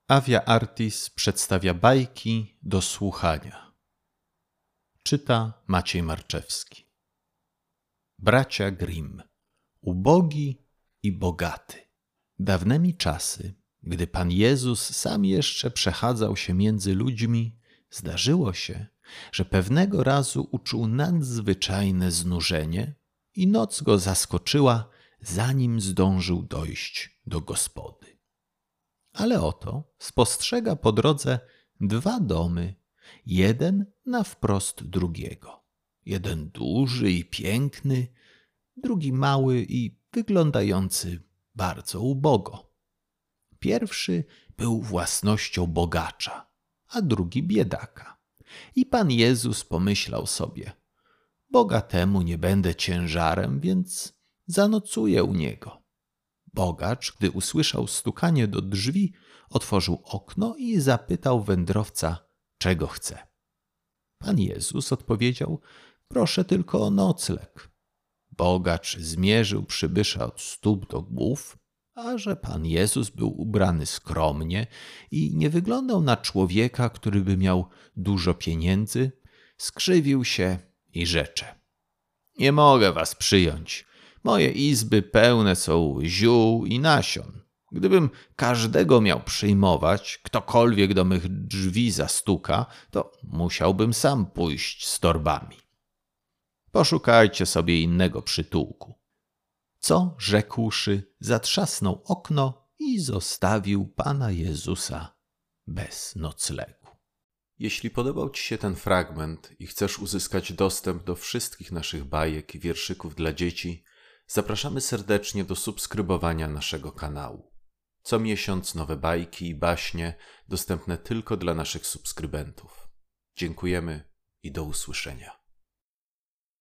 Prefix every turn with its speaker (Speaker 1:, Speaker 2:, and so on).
Speaker 1: Avia Artis przedstawia bajki do słuchania. Czyta Maciej Marczewski. Bracia Grimm. Ubogi i bogaty. Dawnymi czasy, gdy Pan Jezus sam jeszcze przechadzał się między ludźmi, zdarzyło się, że pewnego razu uczuł nadzwyczajne znużenie i noc go zaskoczyła, zanim zdążył dojść do gospody. Ale oto spostrzega po drodze dwa domy, jeden na wprost drugiego. Jeden duży i piękny, drugi mały i wyglądający bardzo ubogo. Pierwszy był własnością bogacza, a drugi biedaka. I Pan Jezus pomyślał sobie: bogatemu nie będę ciężarem, więc zanocuję u niego. Bogacz, gdy usłyszał stukanie do drzwi, otworzył okno i zapytał wędrowca, czego chce. Pan Jezus odpowiedział: proszę tylko o nocleg. Bogacz zmierzył przybysza od stóp do głów, a że Pan Jezus był ubrany skromnie i nie wyglądał na człowieka, który by miał dużo pieniędzy, skrzywił się i rzecze: nie mogę was przyjąć. Moje izby pełne są ziół i nasion. Gdybym każdego miał przyjmować, ktokolwiek do mych drzwi zastuka, to musiałbym sam pójść z torbami. Poszukajcie sobie innego przytułku. Co rzekłszy, zatrzasnął okno i zostawił Pana Jezusa bez noclegu. Jeśli podobał Ci się ten fragment i chcesz uzyskać dostęp do wszystkich naszych bajek i wierszyków dla dzieci, zapraszamy serdecznie do subskrybowania naszego kanału. Co miesiąc nowe bajki i baśnie dostępne tylko dla naszych subskrybentów. Dziękujemy i do usłyszenia.